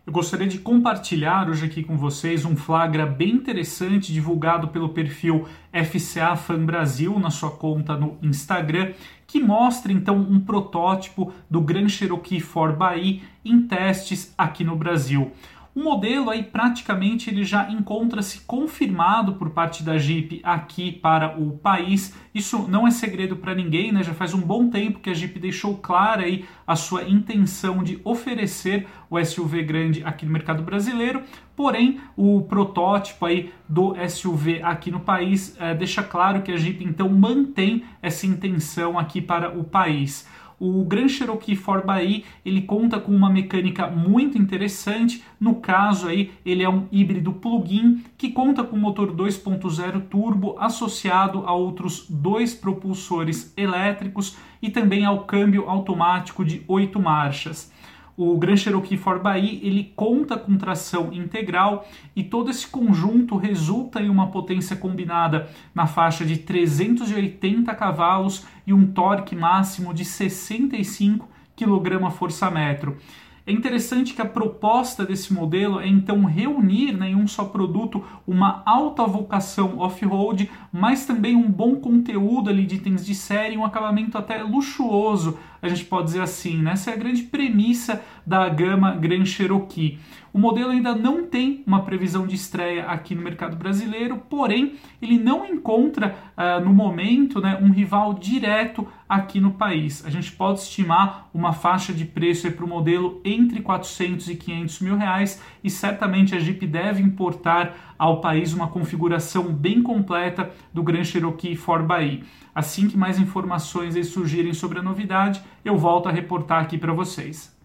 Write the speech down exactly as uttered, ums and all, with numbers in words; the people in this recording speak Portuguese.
Eu gostaria de compartilhar hoje aqui com vocês um flagra bem interessante divulgado pelo perfil F C A Fan Brasil na sua conta no Instagram, que mostra então um protótipo do Grand Cherokee quatro Bahia em testes aqui no Brasil. O modelo aí praticamente ele já encontra-se confirmado por parte da Jeep aqui para o país. Isso não é segredo para ninguém, né? Já faz um bom tempo que a Jeep deixou clara aí a sua intenção de oferecer o S U V grande aqui no mercado brasileiro. Porém, o protótipo aí do S U V aqui no país é, deixa claro que a Jeep então mantém essa intenção aqui para o país. O Grand Cherokee quatro Bahia ele conta com uma mecânica muito interessante. No caso aí, ele é um híbrido plug-in que conta com motor dois ponto zero turbo associado a outros dois propulsores elétricos e também ao câmbio automático de oito marchas. O Grand Cherokee quatro Bahia ele conta com tração integral e todo esse conjunto resulta em uma potência combinada na faixa de trezentos e oitenta cavalos e um torque máximo de sessenta e cinco quilograma-força-metro. É interessante que a proposta desse modelo é então reunir, né, em um só produto uma alta vocação off-road, mas também um bom conteúdo ali de itens de série, um acabamento até luxuoso, a gente pode dizer assim, né? Essa é a grande premissa da gama Grand Cherokee. O modelo ainda não tem uma previsão de estreia aqui no mercado brasileiro, porém ele não encontra uh, no momento, né, um rival direto aqui no país. A gente pode estimar uma faixa de preço para o modelo entre quatrocentos e quinhentos mil reais e certamente a Jeep deve importar ao país uma configuração bem completa do Grand Cherokee quatro Bahia. Assim que mais informações surgirem sobre a novidade, eu volto a reportar aqui para vocês.